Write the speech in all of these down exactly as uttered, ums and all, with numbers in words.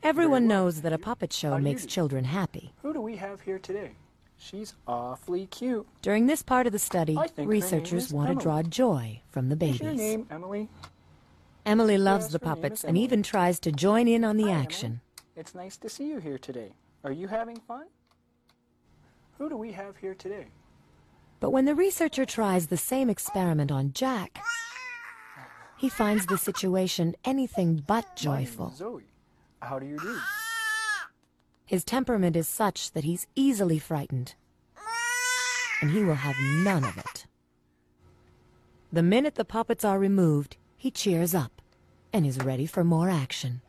Everyone knows that a puppet show makes do? children happy. Who do we have here today? She's awfully cute. During this part of the study, I think her name researchers is want to Emily. draw joy from the Is your babies. name Emily? Emily loves Yes, the her name puppets is and Emily. even tries to join in on the Hi, Emily. action. It's nice to see you here today. Are you having fun? Who do we have here today? But when the researcher tries the same experiment on Jack, he finds the situation anything but My name joyful. is Zoe. How do you do? His temperament is such that he's easily frightened, and he will have none of it. The minute the puppets are removed, he cheers up and is ready for more action.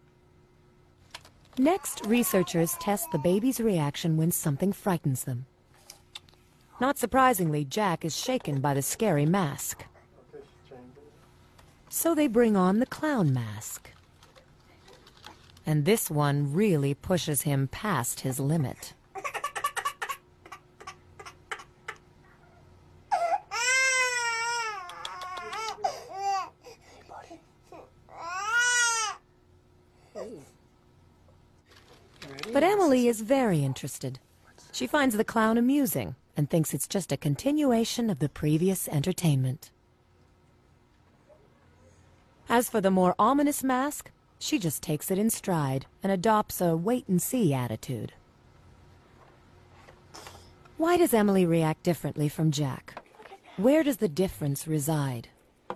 Next, researchers test the baby's reaction when something frightens them. Not surprisingly, Jack is shaken by the scary mask. So they bring on the clown mask. And this one really pushes him past his limit. But Emily is very interested. She finds the clown amusing and thinks it's just a continuation of the previous entertainment. As for the more ominous mask, she just takes it in stride and adopts a wait-and-see attitude. Why does Emily react differently from Jack? Where does the difference reside?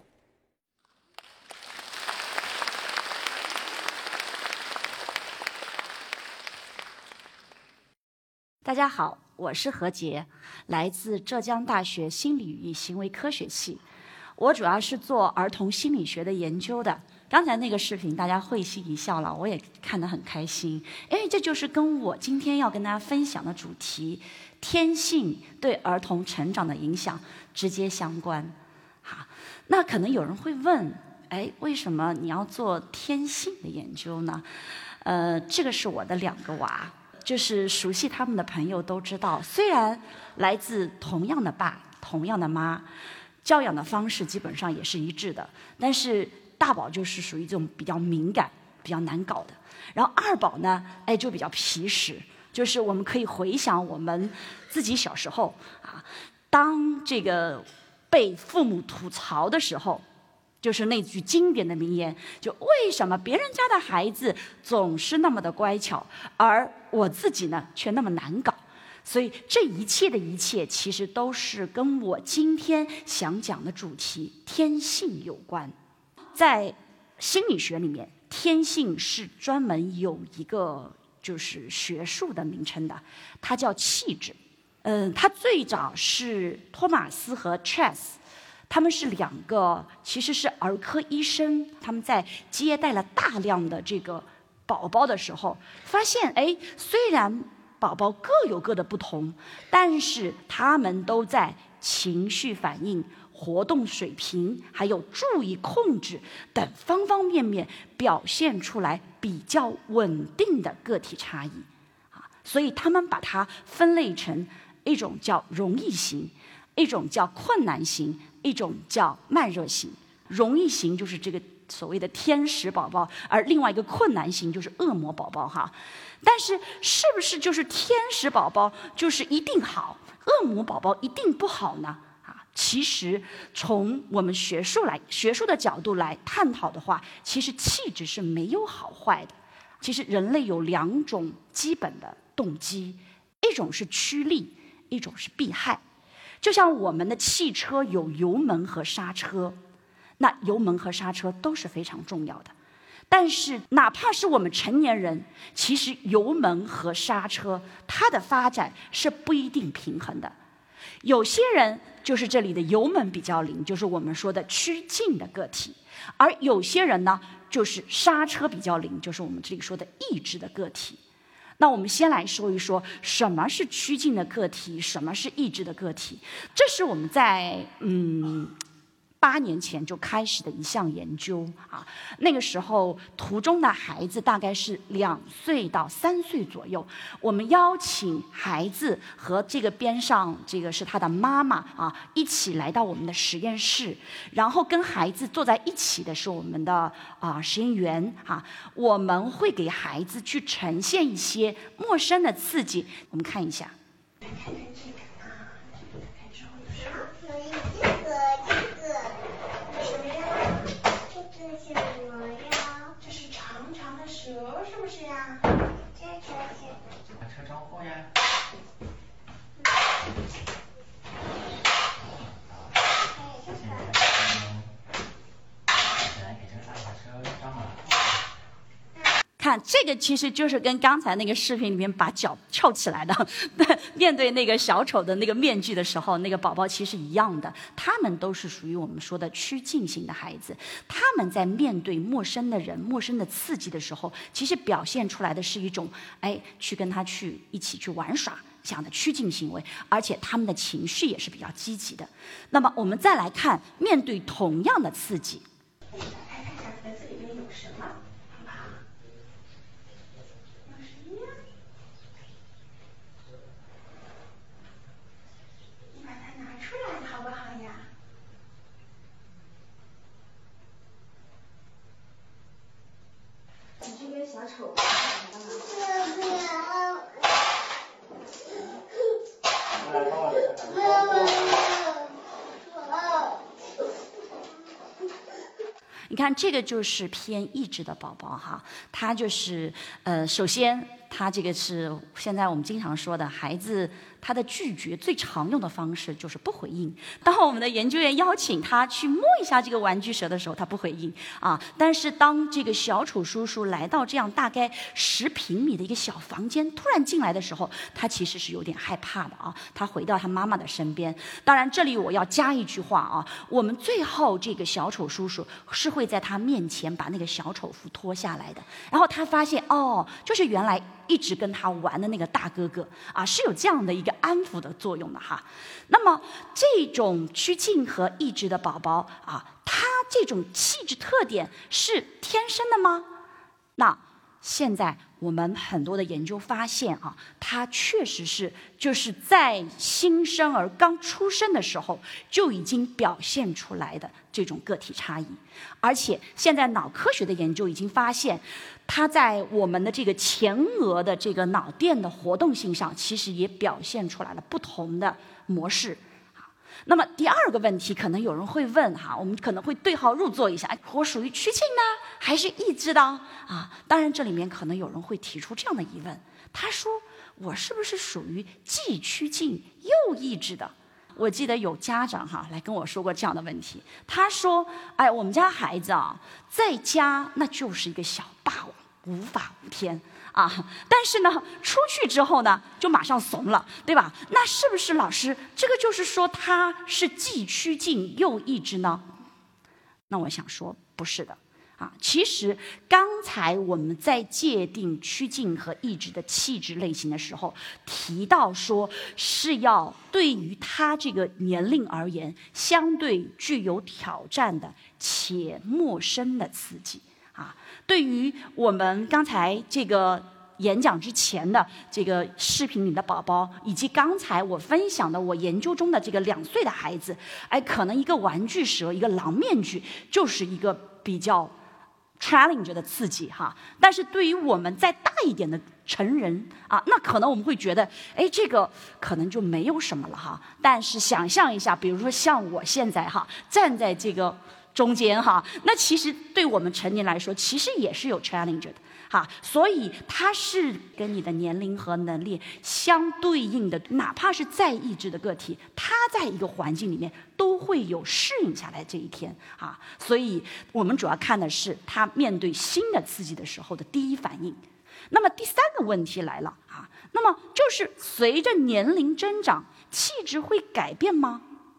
大家好，我是何洁，来自浙江大学心理与行为科学系。我主要是做儿童心理学的研究的。刚才那个视频大家会心一笑了，我也看得很开心，因为这就是跟我今天要跟大家分享的主题——天性对儿童成长的影响直接相关。好，那可能有人会问，哎，为什么你要做天性的研究呢？呃，这个是我的两个娃。 就是熟悉他们的朋友都知道，虽然来自同样的爸、同样的妈，教养的方式基本上也是一致的，但是大宝就是属于这种比较敏感、比较难搞的，然后二宝呢，哎就比较皮实。就是我们可以回想我们自己小时候啊，当这个被父母吐槽的时候。 就是那句经典的名言，就为什么别人家的孩子总是那么的乖巧，而我自己呢却那么难搞？所以这一切的一切，其实都是跟我今天想讲的主题——天性有关。在心理学里面，天性是专门有一个就是学术的名称的，它叫气质。嗯，它最早是托马斯和 Chess。 他们是两个，其实是儿科医生。他们在接待了大量的这个宝宝的时候，发现，哎，虽然宝宝各有各的不同，但是他们都在情绪反应、活动水平，还有注意控制等方方面面表现出来比较稳定的个体差异。啊，所以他们把它分类成一种叫容易型，一种叫困难型。 一种叫慢热型，容易型就是这个所谓的天使宝宝，而另外一个困难型就是恶魔宝宝哈。但是是不是就是天使宝宝就是一定好，恶魔宝宝一定不好呢？啊，其实从我们学术来学术的角度来探讨的话，其实气质是没有好坏的。其实人类有两种基本的动机，一种是趋利，一种是避害。 就像我们的汽车有油门和刹车，那油门和刹车都是非常重要的。但是，哪怕是我们成年人，其实油门和刹车它的发展是不一定平衡的。有些人就是这里的油门比较灵，就是我们说的趋近的个体；而有些人呢，就是刹车比较灵，就是我们这里说的抑制的个体。 那我们先来说一说什么是趋近的个体，什么是抑制的个体。这是我们在嗯八年前就开始的一项研究啊。那个时候图中的孩子大概是两岁到三岁左右，我们邀请孩子和这个边上这个是他的妈妈啊一起来到我们的实验室，然后跟孩子坐在一起的是我们的啊实验员啊，我们会给孩子去呈现一些陌生的刺激，我们看一下。看，这个其实就是跟刚才那个视频里面把脚翘起来的，面对那个小丑的那个面具的时候，那个宝宝其实一样的。他们都是属于我们说的趋近型的孩子，他们在面对陌生的人、陌生的刺激的时候，其实表现出来的是一种，哎，去跟他去一起去玩耍这样的趋近行为，而且他们的情绪也是比较积极的。那么我们再来看，面对同样的刺激。 小丑， 你看，这个就是偏抑制的宝宝哈，他就是呃，首先他这个是现在我们经常说的孩子。他的拒绝最常用的方式就是不回应。当我们的研究员邀请他去摸一下这个玩具蛇的时候，他不回应啊。但是当这个小丑叔叔来到这样大概十平米的一个小房间，突然进来的时候，他其实是有点害怕的啊。他回到他妈妈的身边。当然，这里我要加一句话啊，我们最后这个小丑叔叔是会在他面前把那个小丑服脱下来的。然后他发现哦，就是原来一直跟他玩的那个大哥哥啊，是有这样的一个安抚的作用的哈。那么这种趋近和抑制的宝宝啊，他这种气质特点是天生的吗？那现在我们很多的研究发现啊，它确实是就是在新生儿刚出生的时候就已经表现出来的这种个体差异。而且现在脑科学的研究已经发现，它在我们的这个前额的这个脑电的活动性上，其实也表现出来了不同的模式。那么第二个问题，可能有人会问哈，我们可能会对号入座一下，我属于趋近呢，还是抑制的啊？当然，这里面可能有人会提出这样的疑问，他说我是不是属于既趋近又抑制的？我记得有家长哈来跟我说过这样的问题，他说：“哎，我们家孩子啊，在家那就是一个小霸王，无法无天。”啊，但是呢，出去之后呢，就马上怂了，对吧？那是不是老师，这个就是说他是既趋近又抑制呢？那我想说，不是的。啊，其实刚才我们在界定趋近和抑制的气质类型的时候，提到说是要对于他这个年龄而言，相对具有挑战的且陌生的刺激。啊，对于我们刚才这个演讲之前的这个视频里的宝宝，以及刚才我分享的我研究中的这个两岁的孩子，哎，可能一个玩具蛇、一个狼面具就是一个比较 challenge 的刺激哈。但是对于我们再大一点的成人啊，那可能我们会觉得，哎，这个可能就没有什么了哈。但是想象一下，比如说像我现在哈，站在这个中间哈，那其实对我们成年来说，其实也是有 challenge 的哈，所以它是跟你的年龄和能力相对应的，哪怕是再抑制的个体，它在一个环境里面都会有适应下来这一天啊，所以我们主要看的是它面对新的刺激的时候的第一反应。那么第三个问题来了啊，那么就是随着年龄增长，气质会改变吗？那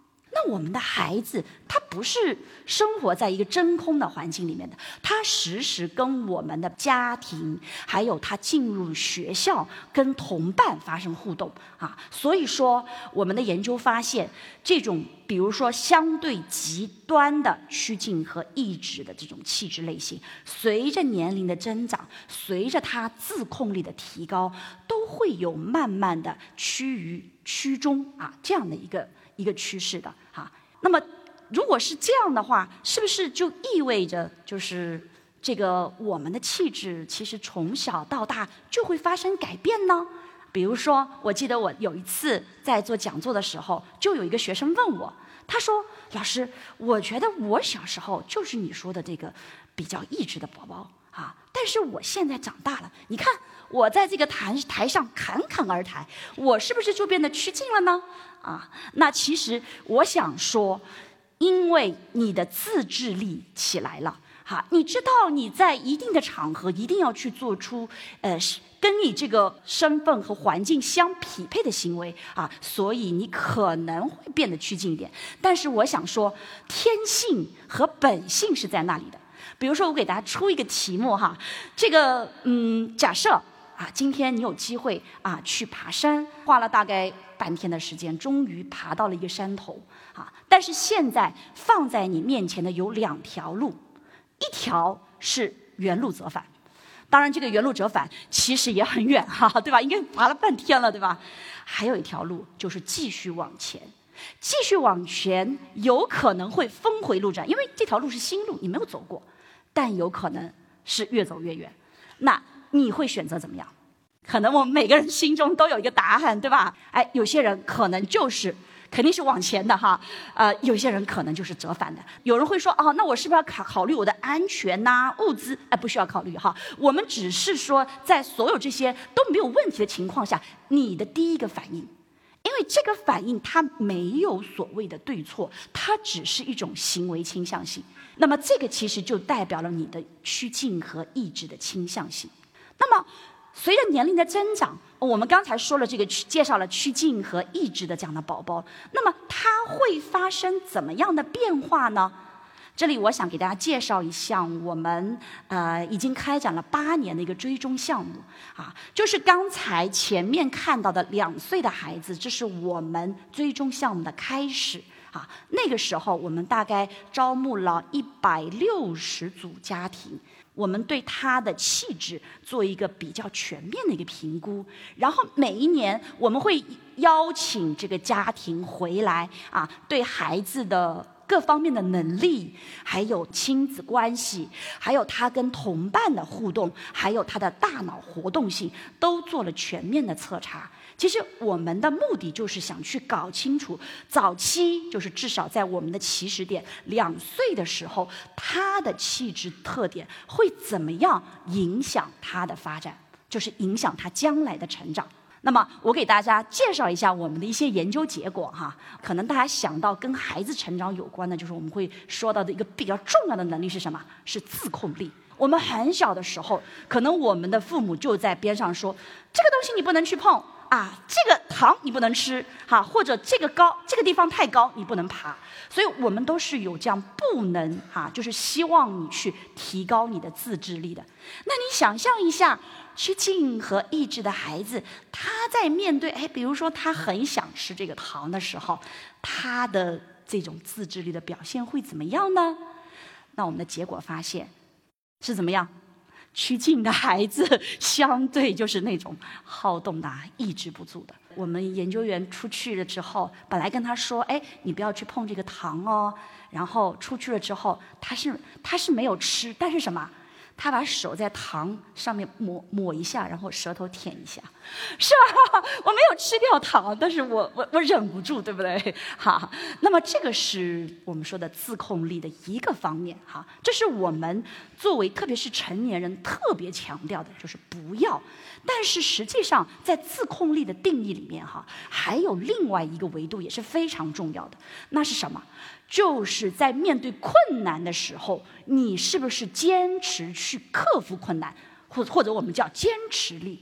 那我们的孩子他不是生活在一个真空的环境里面的，他时时跟我们的家庭，还有他进入学校跟同伴发生互动啊。所以说我们的研究发现，这种比如说相对极端的趋近和抑制的这种气质类型，随着年龄的增长，随着他自控力的提高，都会有慢慢的趋于趋中啊这样的一个一个趋势的哈。那么如果是这样的话，是不是就意味着就是这个我们的气质其实从小到大就会发生改变呢？比如说我记得我有一次在做讲座的时候，就有一个学生问我，他说老师，我觉得我小时候就是你说的这个比较抑制的宝宝啊，但是我现在长大了，你看我在这个台台上侃侃而谈，我是不是就变得趋近了呢？啊，那其实我想说，因为你的自制力起来了，哈，你知道你在一定的场合一定要去做出呃跟你这个身份和环境相匹配的行为啊，所以你可能会变得趋近一点。但是我想说，天性和本性是在那里的。比如说，我给大家出一个题目哈，这个嗯，假设啊，今天你有机会啊去爬山，花了大概半天的时间，终于爬到了一个山头啊。但是现在放在你面前的有两条路，一条是原路折返，当然这个原路折返其实也很远哈，对吧？应该爬了半天了，对吧？还有一条路就是继续往前，继续往前有可能会峰回路转，因为这条路是新路，你没有走过，但有可能是越走越远。那你会选择怎么样？可能我们每个人心中都有一个答案，对吧？哎，有些人可能就是肯定是往前的哈，呃，有些人可能就是折返的。有人会说，哦，那我是不是要考考虑我的安全呐、物资？哎，不需要考虑哈。我们只是说，在所有这些都没有问题的情况下，你的第一个反应，因为这个反应它没有所谓的对错，它只是一种行为倾向性。那么这个其实就代表了你的趋近和抑制的倾向性。那么随着年龄的增长，我们刚才说了这个介绍了趋近和抑制的这样的宝宝，那么它会发生怎么样的变化呢？这里我想给大家介绍一项我们呃已经开展了八年的一个追踪项目啊，就是刚才前面看到的两岁的孩子，这是我们追踪项目的开始啊。那个时候我们大概招募了一百六十组家庭，我们对他的气质做一个比较全面的一个评估，然后每一年我们会邀请这个家庭回来啊，对孩子的各方面的能力，还有亲子关系，还有他跟同伴的互动，还有他的大脑活动性，都做了全面的测查。其实我们的目的就是想去搞清楚，早期就是至少在我们的起始点两岁的时候，他的气质特点会怎么样影响他的发展，就是影响他将来的成长。那么我给大家介绍一下我们的一些研究结果哈，可能大家想到跟孩子成长有关的，就是我们会说到的一个比较重要的能力是什么？是自控力。我们很小的时候，可能我们的父母就在边上说，这个东西你不能去碰啊，这个糖你不能吃哈，或者这个高这个地方太高你不能爬。所以我们都是有这样不能哈，就是希望你去提高你的自制力的。那你想象一下，趋近和抑制的孩子，他在面对哎，比如说他很想吃这个糖的时候，他的这种自制力的表现会怎么样呢？那我们的结果发现是怎么样？趋近的孩子相对就是那种好动的、抑制不住的。我们研究员出去了之后，本来跟他说：“哎，你不要去碰这个糖哦。”然后出去了之后，他是他是没有吃，但是什么？他把手在糖上面抹抹一下，然后舌头舔一下，是吧？我没有吃掉糖，但是我我我忍不住，对不对？哈，那么这个是我们说的自控力的一个方面，哈，这是我们作为特别是成年人特别强调的，就是不要。但是实际上，在自控力的定义里面，哈，还有另外一个维度也是非常重要的，那是什么？就是在面对困难的时候，你是不是坚持去克服困难，或或者我们叫坚持力，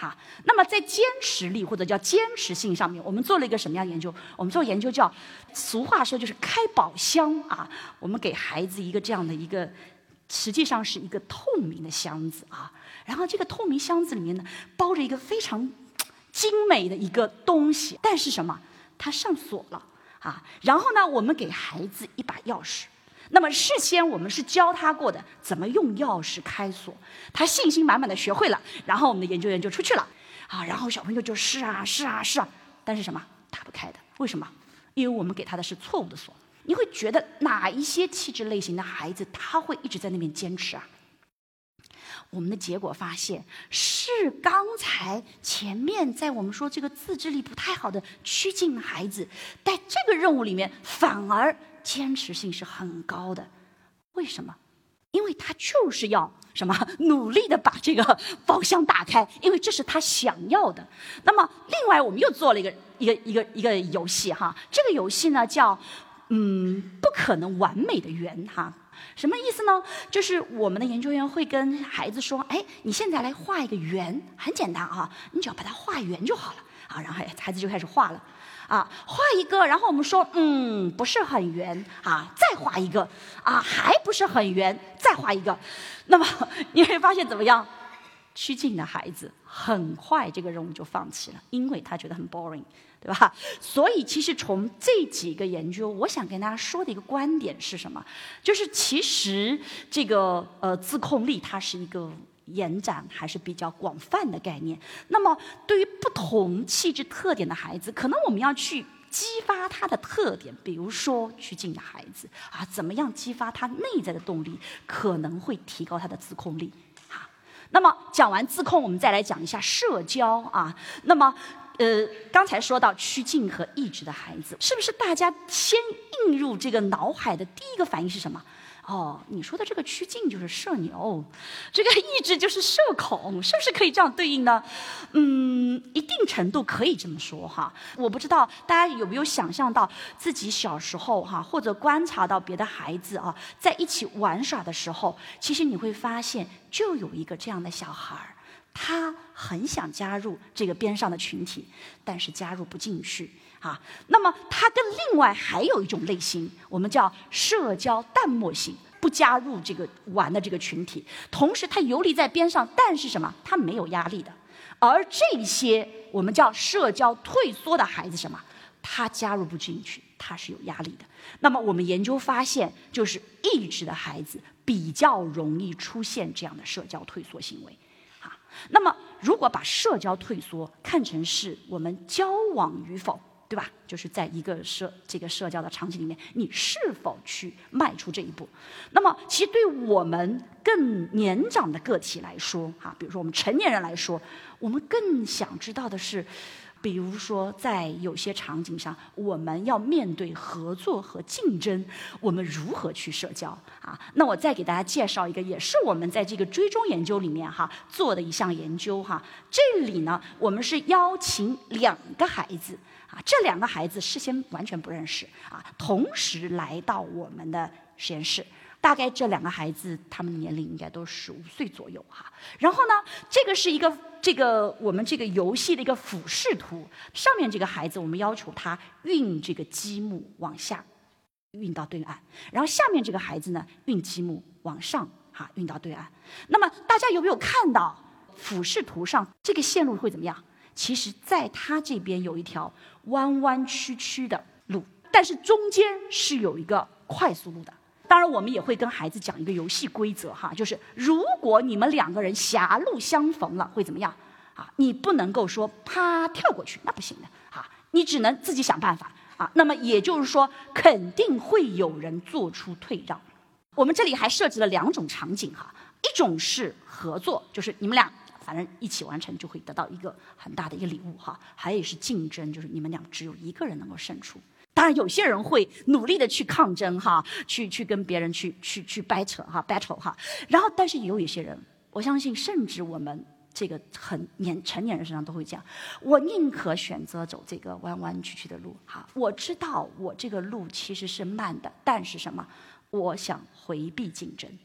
哈，那么在坚持力或者叫坚持性上面，我们做了一个什么样的研究？我们做研究叫，俗话说就是开宝箱啊。我们给孩子一个这样的一个，实际上是一个透明的箱子啊。然后这个透明箱子里面呢，包着一个非常精美的一个东西，但是什么？它上锁了啊。然后呢，我们给孩子一把钥匙。那么事先我们是教他过的怎么用钥匙开锁，他信心满满的学会了，然后我们的研究员就出去了啊，然后小朋友就试啊试啊试啊，但是什么打不开的？为什么？因为我们给他的是错误的锁。你会觉得哪一些气质类型的孩子他会一直在那边坚持啊？我们的结果发现是刚才前面在我们说这个自制力不太好的趋近孩子，在这个任务里面反而坚持性是很高的。为什么？因为他就是要什么努力的把这个宝箱打开，因为这是他想要的。那么另外我们又做了一个一个一个一个游戏哈，这个游戏呢叫嗯不可能完美的圆哈。什么意思呢？就是我们的研究员会跟孩子说，哎，你现在来画一个圆，很简单啊，你只要把它画圆就好了啊。然后孩子就开始画了啊，画一个，然后我们说，嗯，不是很圆啊，再画一个啊，还不是很圆，再画一个。那么你会发现怎么样？趋近的孩子很快这个任务就放弃了，因为他觉得很 boring， 对吧？所以其实从这几个研究，我想跟大家说的一个观点是什么？就是其实这个呃自控力它是一个延展还是比较广泛的概念。那么对于不同气质特点的孩子，可能我们要去激发他的特点，比如说趋近的孩子啊，怎么样激发他内在的动力，可能会提高他的自控力。那么讲完自控，我们再来讲一下社交啊。那么，呃，刚才说到趋近和抑制的孩子，是不是大家先映入这个脑海的第一个反应是什么？哦，你说的这个趋近就是社牛，这个抑制就是社恐，是不是可以这样对应呢？嗯，一定程度可以这么说哈。我不知道大家有没有想象到自己小时候哈，或者观察到别的孩子啊，在一起玩耍的时候，其实你会发现，就有一个这样的小孩儿，他很想加入这个边上的群体，但是加入不进去。啊，那么它跟另外还有一种类型，我们叫社交淡漠型，不加入这个玩的这个群体，同时他游离在边上，但是什么？他没有压力的。而这些我们叫社交退缩的孩子，什么？他加入不进去，他是有压力的。那么我们研究发现，就是抑制的孩子比较容易出现这样的社交退缩行为。啊，那么如果把社交退缩看成是我们交往与否，对吧？就是在一个社这个社交的场景里面，你是否去迈出这一步？那么，其实对我们更年长的个体来说，哈，比如说我们成年人来说，我们更想知道的是，比如说在有些场景上，我们要面对合作和竞争，我们如何去社交啊？那我再给大家介绍一个，也是我们在这个追踪研究里面哈做的一项研究哈。这里呢，我们是邀请两个孩子。啊，这两个孩子事先完全不认识啊，同时来到我们的实验室。大概这两个孩子，他们的年龄应该都十五岁左右哈。然后呢，这个是一个这个我们这个游戏的一个俯视图。上面这个孩子，我们要求他运这个积木往下运到对岸，然后下面这个孩子呢，运积木往上哈运到对岸。那么大家有没有看到俯视图上这个线路会怎么样？其实在它这边有一条弯弯曲曲的路，但是中间是有一个快速路的。当然我们也会跟孩子讲一个游戏规则哈，就是如果你们两个人狭路相逢了会怎么样啊？你不能够说啪跳过去，那不行的啊，你只能自己想办法啊。那么也就是说肯定会有人做出退让。我们这里还设置了两种场景哈，一种是合作，就是你们俩反正一起完成就会得到一个很大的一个礼物哈。还有是竞争，就是你们俩只有一个人能够胜出。当然有些人会努力的去抗争哈，去去跟别人去去去掰扯哈 battle 哈。然后但是也有一些人，我相信甚至我们这个很年成年人身上都会这样，我宁可选择走这个弯弯曲曲的路哈。我知道我这个路其实是慢的，但是什么？我想回避竞争。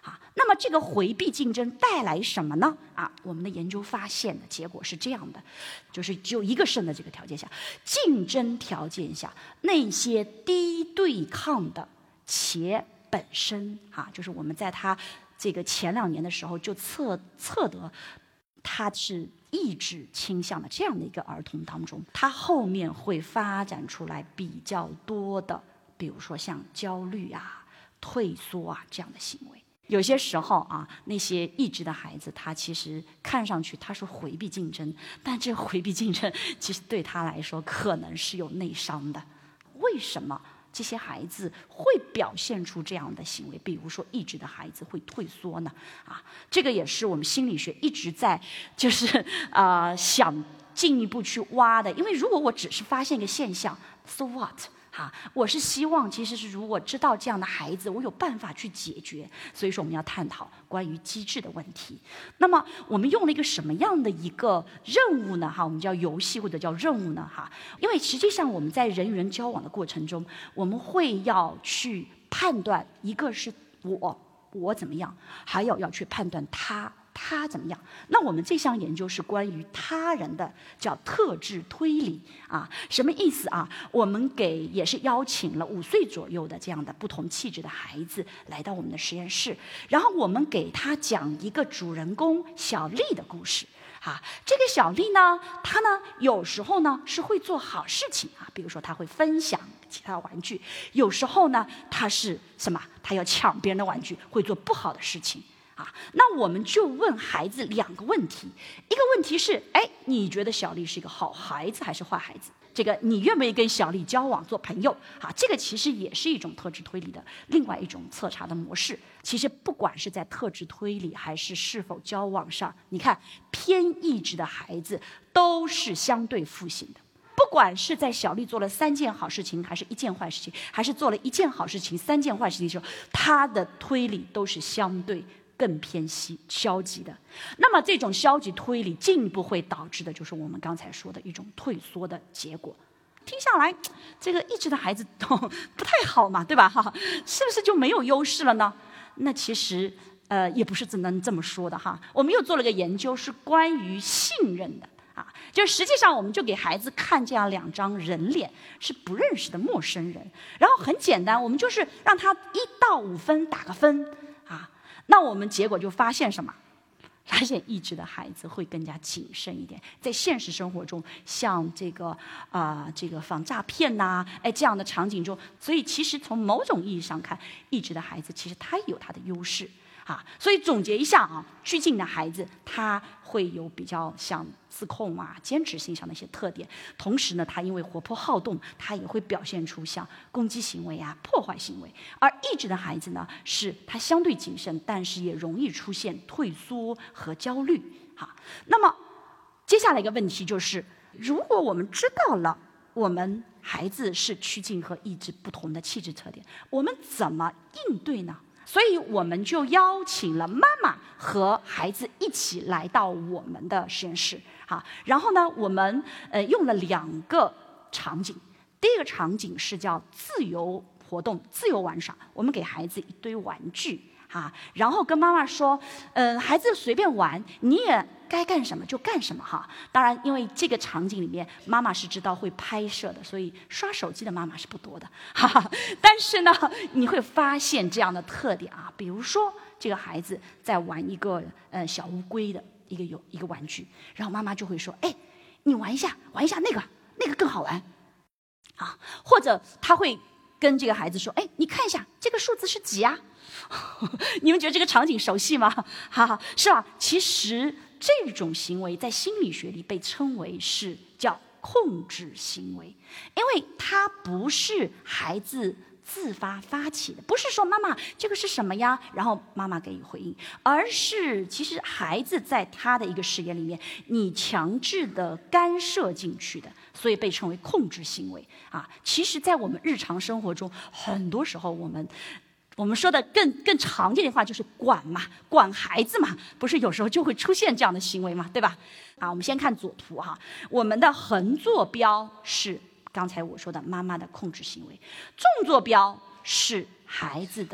啊。那么这个回避竞争带来什么呢？啊，我们的研究发现的结果是这样的，就是只有一个肾的这个条件下，竞争条件下，那些低对抗的企业本身啊，就是我们在他这个前两年的时候就测测得他是抑制倾向的这样的一个儿童当中，他后面会发展出来比较多的，比如说像焦虑啊、退缩啊这样的行为。有些时候啊，那些抑制的孩子，他其实看上去他是回避竞争，但这回避竞争其实对他来说可能是有内伤的。为什么这些孩子会表现出这样的行为？比如说抑制的孩子会退缩呢？啊，这个也是我们心理学一直在就是啊、呃、想进一步去挖的。因为如果我只是发现一个现象 ，so what？啊，我是希望，其实是如果知道这样的孩子，我有办法去解决。所以说，我们要探讨关于机制的问题。那么，我们用了一个什么样的一个任务呢？哈，我们叫游戏或者叫任务呢？哈，因为实际上我们在人与人交往的过程中，我们会要去判断，一个是我我怎么样，还有要去判断他。他怎么样？那我们这项研究是关于他人的，叫特质推理啊，什么意思啊？我们给也是邀请了五岁左右的这样的不同气质的孩子来到我们的实验室，然后我们给他讲一个主人公小丽的故事。啊，这个小丽呢，她呢有时候呢是会做好事情啊，比如说她会分享其他玩具；有时候呢，她是什么？她要抢别人的玩具，会做不好的事情。啊，那我们就问孩子两个问题，一个问题是，哎，你觉得小丽是一个好孩子还是坏孩子？这个你愿不愿意跟小丽交往做朋友？啊，这个其实也是一种特质推理的另外一种测查的模式。其实不管是在特质推理还是是否交往上，你看偏抑制的孩子都是相对负性的。不管是在小丽做了三件好事情，还是一件坏事情，还是做了一件好事情、三件坏事情的时候，他的推理都是相对更偏激消极的。那么这种消极推理进一步会导致的就是我们刚才说的一种退缩的结果。听下来这个抑制的孩子都不太好嘛，对吧？哈，是不是就没有优势了呢？那其实呃也不是只能这么说的哈。我们又做了个研究，是关于信任的啊，就实际上我们就给孩子看这样两张人脸，是不认识的陌生人，然后很简单，我们就是让他一到五分打个分啊。那我们结果就发现什么？发现抑制的孩子会更加谨慎一点，在现实生活中，像这个啊、呃、这个防诈骗呐、啊，哎这样的场景中，所以其实从某种意义上看，抑制的孩子其实他有他的优势啊。所以总结一下啊，拘谨的孩子他会有比较像自控啊、坚持性上的一些特点，同时呢，他因为活泼好动，他也会表现出像攻击行为啊、破坏行为。而抑制的孩子呢，是他相对谨慎，但是也容易出现退缩和焦虑。好，那么接下来一个问题就是，如果我们知道了我们孩子是趋近和抑制不同的气质特点，我们怎么应对呢？所以我们就邀请了妈妈和孩子一起来到我们的实验室，好，然后呢，我们呃用了两个场景，第一个场景是叫自由活动、自由玩耍，我们给孩子一堆玩具，啊，然后跟妈妈说，嗯，孩子随便玩，你也该干什么就干什么哈。当然，因为这个场景里面妈妈是知道会拍摄的，所以刷手机的妈妈是不多的，哈哈。但是呢，你会发现这样的特点啊，比如说这个孩子在玩一个呃小乌龟的一个有一个玩具，然后妈妈就会说，哎，你玩一下，玩一下那个，那个更好玩，啊，或者他会跟这个孩子说，哎，你看一下这个数字是几啊？你们觉得这个场景熟悉吗？哈哈，是吧？其实这种行为在心理学里被称为是叫控制行为，因为它不是孩子自发发起的，不是说妈妈这个是什么呀，然后妈妈给予回应，而是其实孩子在他的一个实验里面，你强制的干涉进去的，所以被称为控制行为啊。其实，在我们日常生活中，很多时候我们。我们说的更更常见的话就是管嘛，管孩子嘛，不是有时候就会出现这样的行为嘛，对吧？啊，我们先看左图哈，我们的横坐标是刚才我说的妈妈的控制行为，纵坐标是孩子的就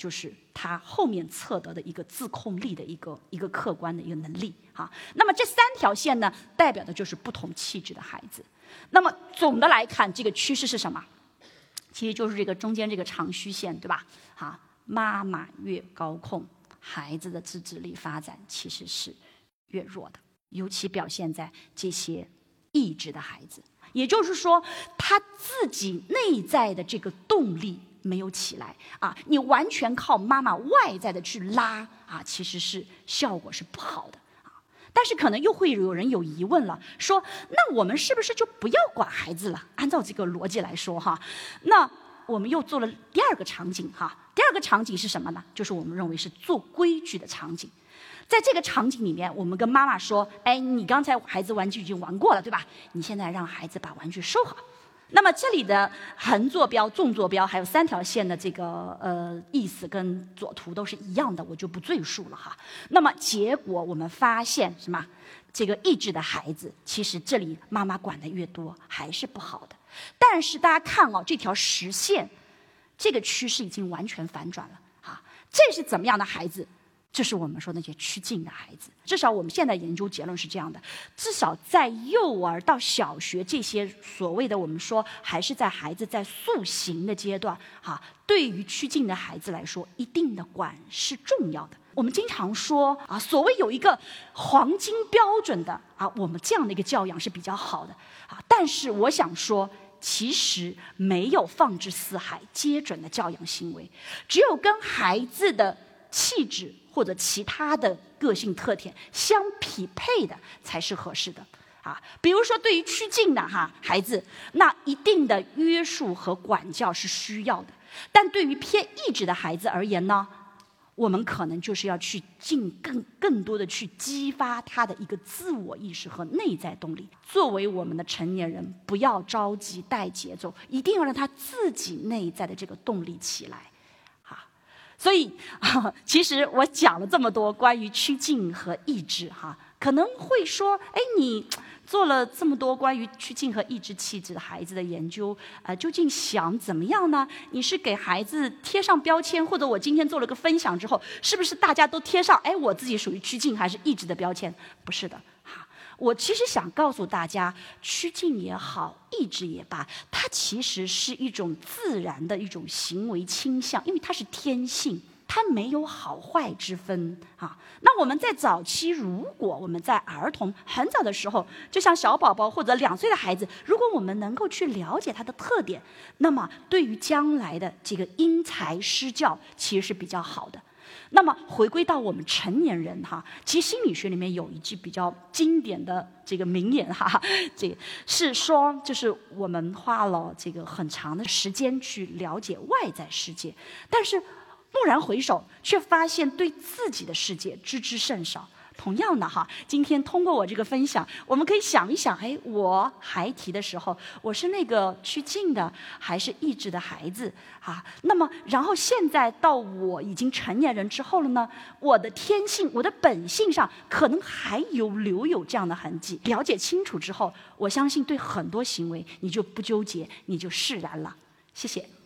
就是他后面测得的一个自控力的一个一个客观的一个能力啊。那么这三条线呢，代表的就是不同气质的孩子。那么总的来看，这个趋势是什么？其实就是这个中间这个长虚线，对吧？啊，妈妈越高控，孩子的自制力发展其实是越弱的，尤其表现在这些意志的孩子。也就是说，他自己内在的这个动力没有起来啊，你完全靠妈妈外在的去拉啊，其实是效果是不好的啊。但是可能又会有人有疑问了，说那我们是不是就不要管孩子了？按照这个逻辑来说哈，那我们又做了第二个场景哈。第二个场景是什么呢？就是我们认为是做规矩的场景。在这个场景里面，我们跟妈妈说，哎，你刚才孩子玩具已经玩过了，对吧？你现在让孩子把玩具收好。那么这里的横坐标、纵坐标还有三条线的这个呃意思跟左图都是一样的，我就不赘述了哈。那么结果我们发现什么？这个意志的孩子，其实这里妈妈管的越多还是不好的。但是大家看哦，这条实线，这个趋势已经完全反转了啊！这是怎么样的孩子？这是我们说那些趋近的孩子，至少我们现在研究结论是这样的，至少在幼儿到小学这些所谓的我们说还是在孩子在塑形的阶段啊，对于趋近的孩子来说，一定的管是重要的。我们经常说啊，所谓有一个黄金标准的啊，我们这样的一个教养是比较好的啊，但是我想说，其实没有放之四海皆准的教养行为，只有跟孩子的气质或者其他的个性特点相匹配的才是合适的啊。比如说对于趋近的哈孩子，那一定的约束和管教是需要的，但对于偏意志的孩子而言呢，我们可能就是要去尽更更多的去激发他的一个自我意识和内在动力。作为我们的成年人，不要着急带节奏，一定要让他自己内在的这个动力起来。所以、啊，其实我讲了这么多关于趋近和意志哈，可能会说，哎，你做了这么多关于趋近和意志气质的孩子的研究，呃，究竟想怎么样呢？你是给孩子贴上标签，或者我今天做了个分享之后，是不是大家都贴上，哎，我自己属于趋近还是意志的标签？不是的，哈。我其实想告诉大家，趋近也好，意志也罢，它其实是一种自然的一种行为倾向，因为它是天性，它没有好坏之分啊。那我们在早期，如果我们在儿童很早的时候，就像小宝宝或者两岁的孩子，如果我们能够去了解他的特点，那么对于将来的这个因材施教，其实是比较好的。那么回归到我们成年人哈，其实心理学里面有一句比较经典的这个名言哈，这个是说，就是我们花了这个很长的时间去了解外在世界，但是蓦然回首，却发现对自己的世界知之甚少。同样的哈，今天通过我这个分享，我们可以想一想，哎，我孩提的时候，我是那个趋近的还是意志的孩子啊？那么，然后现在到我已经成年人之后了呢，我的天性、我的本性上，可能还有留有这样的痕迹。了解清楚之后，我相信对很多行为你就不纠结，你就释然了。谢谢。